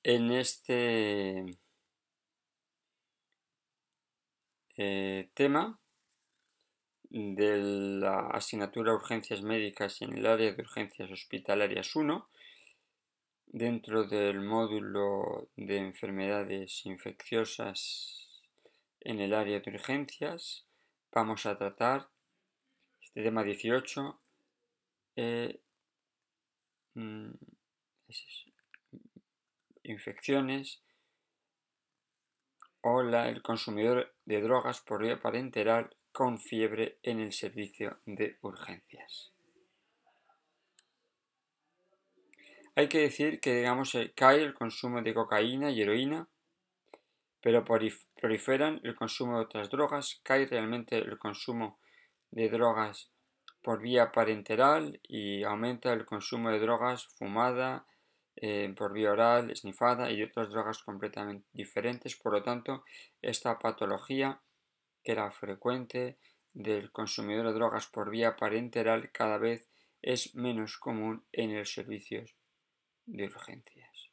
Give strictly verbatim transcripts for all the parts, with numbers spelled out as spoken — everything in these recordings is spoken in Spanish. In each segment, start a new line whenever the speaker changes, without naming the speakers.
En este eh, tema de la asignatura Urgencias Médicas en el área de Urgencias Hospitalarias uno, dentro del módulo de enfermedades infecciosas en el área de urgencias, vamos a tratar este tema dieciocho, eh, infecciones o la, el consumidor de drogas por vía parenteral con fiebre en el servicio de urgencias. Hay que decir que, digamos, cae el consumo de cocaína y heroína, pero proliferan el consumo de otras drogas, cae realmente el consumo de drogas por vía parenteral y aumenta el consumo de drogas fumada, eh, por vía oral, esnifada y de otras drogas completamente diferentes. Por lo tanto, esta patología, que era frecuente, del consumidor de drogas por vía parenteral, cada vez es menos común en los servicios de urgencias.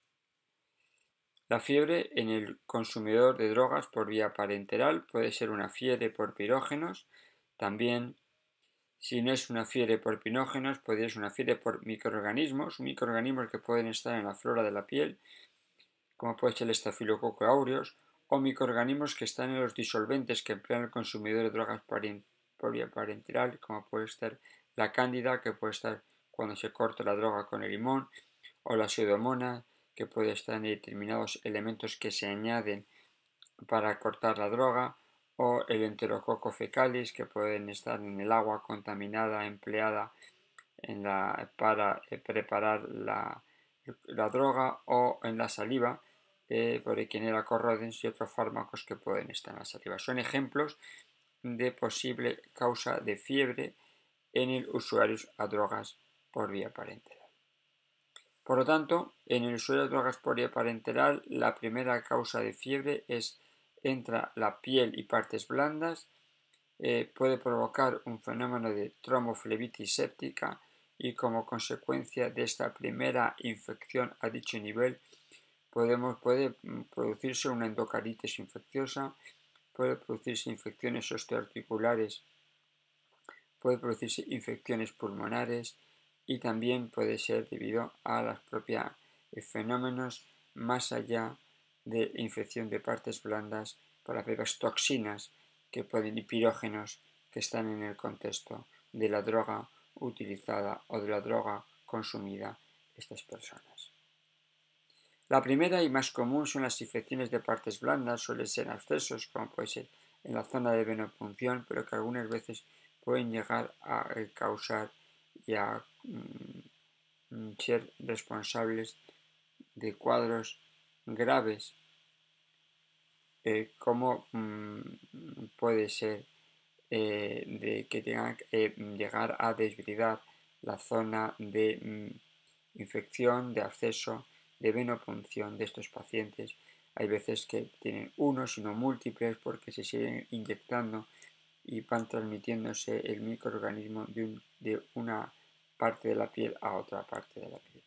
La fiebre en el consumidor de drogas por vía parenteral puede ser una fiebre por pirógenos. También, si no es una fiebre por pinógenos, puede ser una fiebre por microorganismos, microorganismos que pueden estar en la flora de la piel, como puede ser el Staphylococcus aureus, o microorganismos que están en los disolventes que emplean el consumidor de drogas por vía parenteral, como puede estar la cándida, que puede estar cuando se corta la droga con el limón, o la pseudomonas, que puede estar en determinados elementos que se añaden para cortar la droga, o el enterococo fecalis, que pueden estar en el agua contaminada empleada en la, para eh, preparar la, la droga, o en la saliva, eh, por Echinella corrodens y otros fármacos que pueden estar en la saliva. Son ejemplos de posible causa de fiebre en el usuario a drogas por vía parenteral. Por lo tanto, en el usuario de drogas por vía parenteral, la primera causa de fiebre es entre la piel y partes blandas, eh, puede provocar un fenómeno de tromboflebitis séptica y como consecuencia de esta primera infección a dicho nivel podemos, puede producirse una endocarditis infecciosa, puede producirse infecciones osteoarticulares, puede producirse infecciones pulmonares y también puede ser debido a los propios fenómenos más allá de infección de partes blandas por las propias toxinas que pueden y pirógenos que están en el contexto de la droga utilizada o de la droga consumida estas personas. La primera y más común son las infecciones de partes blandas, suelen ser abscesos, como puede ser en la zona de venopunción, pero que algunas veces pueden llegar a causar y a mm, ser responsables de cuadros graves, eh, como mm, puede ser eh, de que tengan que eh, llegar a desbridar la zona de mm, infección, de acceso, de venopunción de estos pacientes. Hay veces que tienen uno, sino múltiples, porque se siguen inyectando y van transmitiéndose el microorganismo de, un, de una parte de la piel a otra parte de la piel.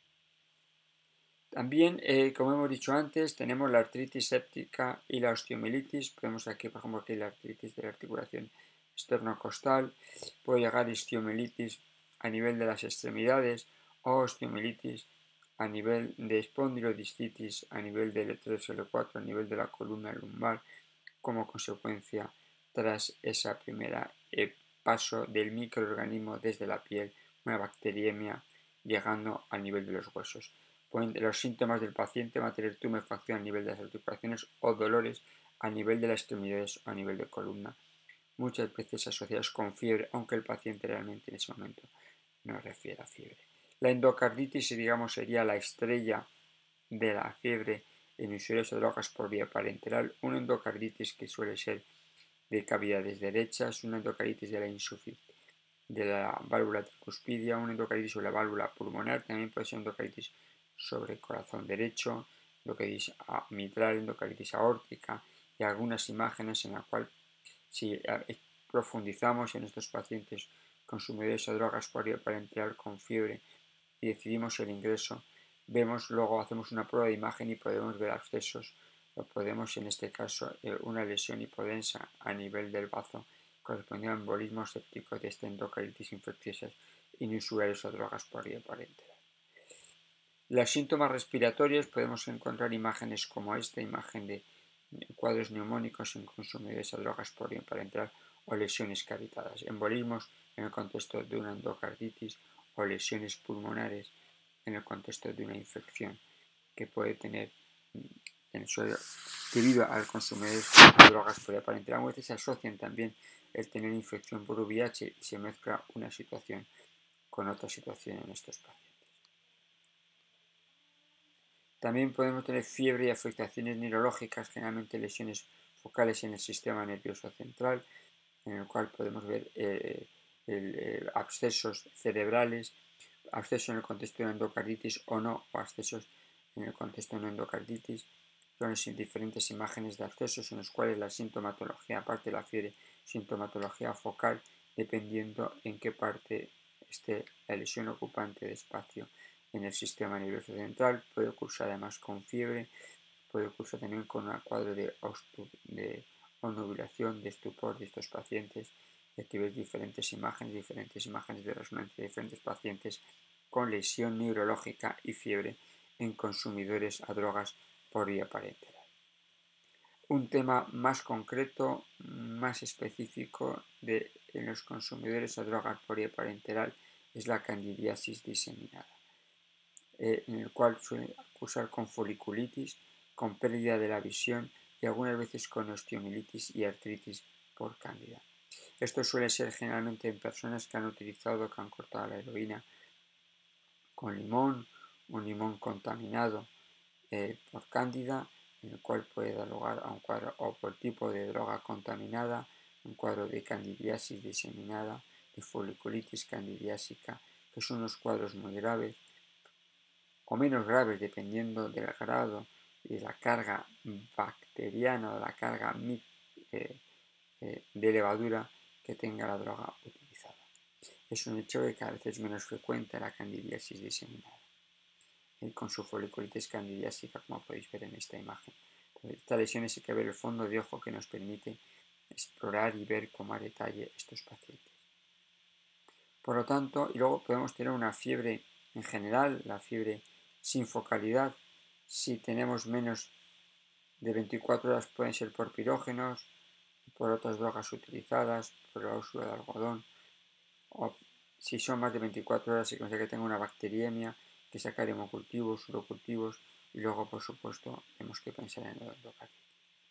También, eh, como hemos dicho antes, tenemos la artritis séptica y la osteomielitis. Vemos aquí, por ejemplo, aquí la artritis de la articulación esternocostal. Puede llegar osteomielitis a nivel de las extremidades o osteomielitis a nivel de espondilodiscitis, a nivel del L tres L cuatro, a nivel de la columna lumbar, como consecuencia tras esa primera eh, paso del microorganismo desde la piel, una bacteriemia, llegando al nivel de los huesos. Pueden, los síntomas del paciente van a tener tumefacción a nivel de las articulaciones o dolores a nivel de las extremidades o a nivel de columna, muchas veces asociados con fiebre, aunque el paciente realmente en ese momento no refiere a fiebre. La endocarditis, digamos, sería la estrella de la fiebre en usuarios de drogas por vía parenteral, una endocarditis que suele ser de cavidades derechas, una endocarditis de la insuficiencia de la válvula tricuspidia, una endocarditis sobre la válvula pulmonar, también puede ser endocarditis sobre el corazón derecho, endocarditis mitral, endocarditis aórtica y algunas imágenes en las cuales si profundizamos en estos pacientes consumidores de drogas por vía parenteral con fiebre y decidimos el ingreso vemos, luego hacemos una prueba de imagen y podemos ver abscesos, o podemos en este caso una lesión hipodensa a nivel del bazo correspondiendo a embolismo séptico de esta endocardititis infecciosas inusuales o drogas por vía parenteral. Los síntomas respiratorios podemos encontrar imágenes como esta, imagen de cuadros neumónicos en consumidores a drogas por vía parenteral o lesiones cavitadas, embolismos en el contexto de una endocarditis o lesiones pulmonares en el contexto de una infección que puede tener en el suelo debido al consumidor de drogas por vía parenteral. A veces se asocian también el tener infección por V I H y se mezcla una situación con otra situación en estos pacientes. También podemos tener fiebre y afectaciones neurológicas, generalmente lesiones focales en el sistema nervioso central, en el cual podemos ver eh, el, el abscesos cerebrales, abscesos en el contexto de una endocarditis o no, o abscesos en el contexto de una endocarditis. Son diferentes imágenes de abscesos en los cuales la sintomatología, aparte de la fiebre, sintomatología focal, dependiendo en qué parte esté la lesión ocupante de espacio en el sistema nervioso central. Puede cursar además con fiebre, puede cursar también con un cuadro de, de obnubilación, de estupor de estos pacientes. Y aquí veis diferentes imágenes, diferentes imágenes de resonancia de diferentes pacientes con lesión neurológica y fiebre en consumidores a drogas por vía parenteral. Un tema más concreto, más específico de en los consumidores a drogas por vía parenteral es la candidiasis diseminada, eh, en el cual suele cursar con foliculitis, con pérdida de la visión y algunas veces con osteomielitis y artritis por cándida. Esto suele ser generalmente en personas que han utilizado, que han cortado la heroína con limón, un limón contaminado eh, por cándida, en el cual puede dar lugar a un cuadro o por tipo de droga contaminada, un cuadro de candidiasis diseminada, de foliculitis candidiásica, que son unos cuadros muy graves o menos graves dependiendo del grado y de la carga bacteriana o la carga eh, eh, de levadura que tenga la droga utilizada. Es un hecho que cada vez es menos frecuente la candidiasis diseminada, eh, con su foliculitis candidiásica, como podéis ver en esta imagen. Entonces, esta lesión es que ver el fondo de ojo que nos permite explorar y ver con más detalle estos pacientes. Por lo tanto, y luego podemos tener una fiebre en general, la fiebre sin focalidad. Si tenemos menos de veinticuatro horas pueden ser por pirógenos, por otras drogas utilizadas, por el uso de algodón, o si son más de veinticuatro horas se considera que tenga una bacteriemia, que sacar hemocultivos, urocultivos, y luego por supuesto tenemos que pensar en el endocarditis.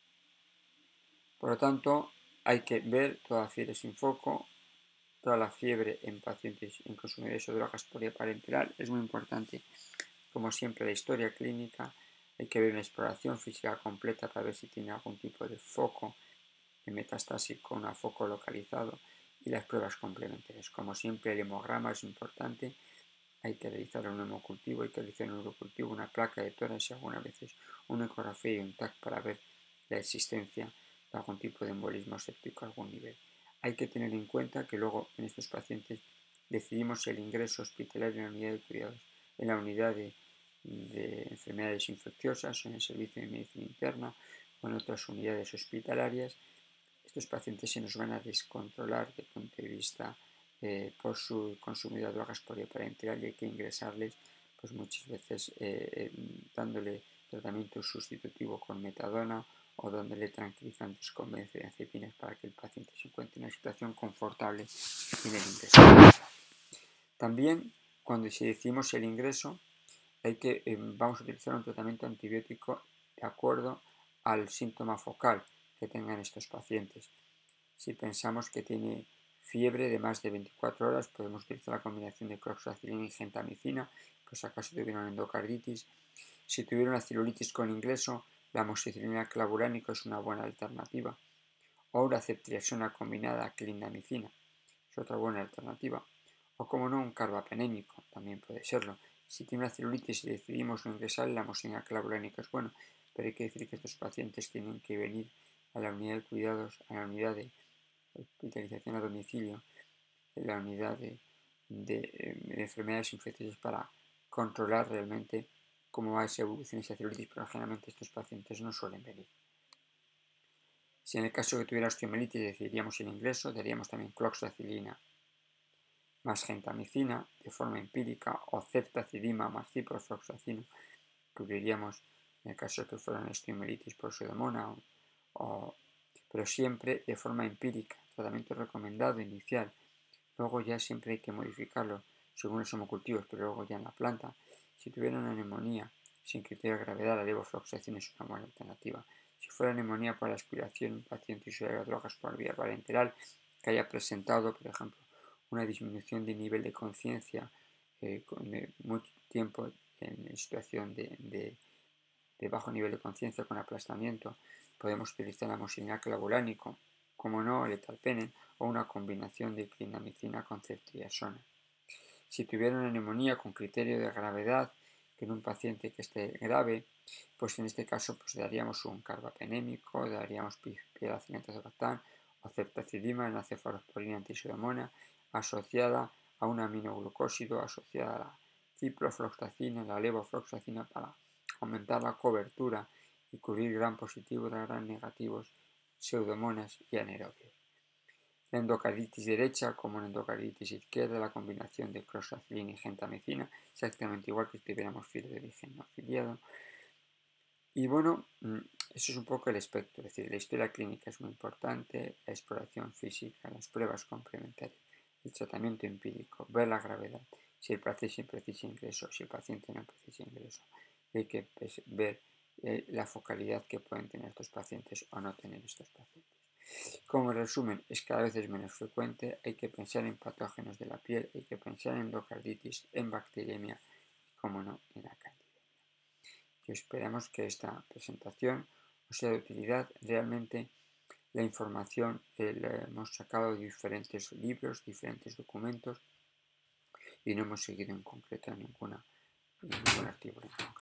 Por lo tanto, hay que ver toda fiebre sin foco, toda la fiebre en pacientes en consumidores de drogas por vía parenteral. Es muy importante, como siempre, la historia clínica. Hay que ver una exploración física completa para ver si tiene algún tipo de foco metastásico, un foco localizado, y las pruebas complementarias. Como siempre, el hemograma es importante. Hay que realizar un hemocultivo, hay que realizar un urocultivo, una placa de tórax y algunas veces una ecografía y un T A C para ver la existencia de algún tipo de embolismo séptico a algún nivel. Hay que tener en cuenta que luego en estos pacientes decidimos el ingreso hospitalario en la unidad de cuidados, en la unidad de, de enfermedades infecciosas, en el servicio de medicina interna o en otras unidades hospitalarias. Estos pacientes se nos van a descontrolar desde el punto de vista eh, por su consumo de drogas por vía parenteral y hay que ingresarles pues muchas veces eh, dándole tratamiento sustitutivo con metadona o dándole tranquilizantes con benzodiazepinas para que el paciente se encuentre en una situación confortable en el ingreso. También cuando si decimos el ingreso hay que, eh, vamos a utilizar un tratamiento antibiótico de acuerdo al síntoma focal que tengan estos pacientes. Si pensamos que tiene fiebre de más de veinticuatro horas, podemos utilizar la combinación de cloxacilina y gentamicina, pues acaso tuvieron endocarditis. Si tuvieron una celulitis con ingreso, la amoxicilina clavuránico es una buena alternativa. O la ceftriaxona combinada a clindamicina es otra buena alternativa. O como no, un carbapenémico también puede serlo. Si tiene una celulitis y decidimos no ingresar, la amoxicilina clavuránica es bueno, pero hay que decir que estos pacientes tienen que venir a la unidad de cuidados, a la unidad de hospitalización a domicilio, en la unidad de, de, de enfermedades infecciosas para controlar realmente cómo va esa evolución, esa celulitis, pero generalmente estos pacientes no suelen venir. Si en el caso que tuviera osteomielitis decidiríamos el ingreso, daríamos también cloxacilina más gentamicina de forma empírica o ceftazidima más ciprofloxacino, cubriríamos en el caso de que fuera una osteomielitis por pseudomonas, o, o, pero siempre de forma empírica, tratamiento recomendado inicial. Luego ya siempre hay que modificarlo según los hemocultivos, pero luego ya en la planta. Si tuviera una neumonía sin criterio de gravedad, la levofloxacina es una buena alternativa. Si fuera neumonía por la aspiración, un paciente usuario de drogas por vía parenteral que haya presentado, por ejemplo, una disminución de nivel de conciencia eh, con eh, mucho tiempo en situación de, de, de bajo nivel de conciencia con aplastamiento, podemos utilizar amoxicilina clavulánico, como no, el etalpenen o una combinación de clindamicina con ceftriaxona. Si tuviera una neumonía con criterio de gravedad, que en un paciente que esté grave, pues en este caso pues daríamos un carbapenémico, daríamos piracinato-azobactam o ceftazidima, una cefalosporina antipseudomona asociada a un aminoglucósido, asociada a la ciprofloxacina, la levofloxacina, para aumentar la cobertura y cubrir gran positivos de gran negativos, pseudomonas y anaerobios. La endocarditis derecha, como la endocarditis izquierda, la combinación de cloxacilina y gentamicina, exactamente igual que si tuviéramos filo de origen no afiliado. Y bueno, eso es un poco el espectro, es decir, la historia clínica es muy importante, la exploración física, las pruebas complementarias, el tratamiento empírico, ver la gravedad, si el paciente precisa ingreso, si el paciente no precisa ingreso. Hay que ver eh, la focalidad que pueden tener estos pacientes o no tener estos pacientes. Como resumen, es cada vez es menos frecuente, hay que pensar en patógenos de la piel, hay que pensar en endocarditis, en bacteriemia y, como no, en la candidemia. Y esperamos que esta presentación os sea de utilidad. Realmente la información eh, la hemos sacado de diferentes libros, diferentes documentos y no hemos seguido en concreto ninguna, ningún artículo.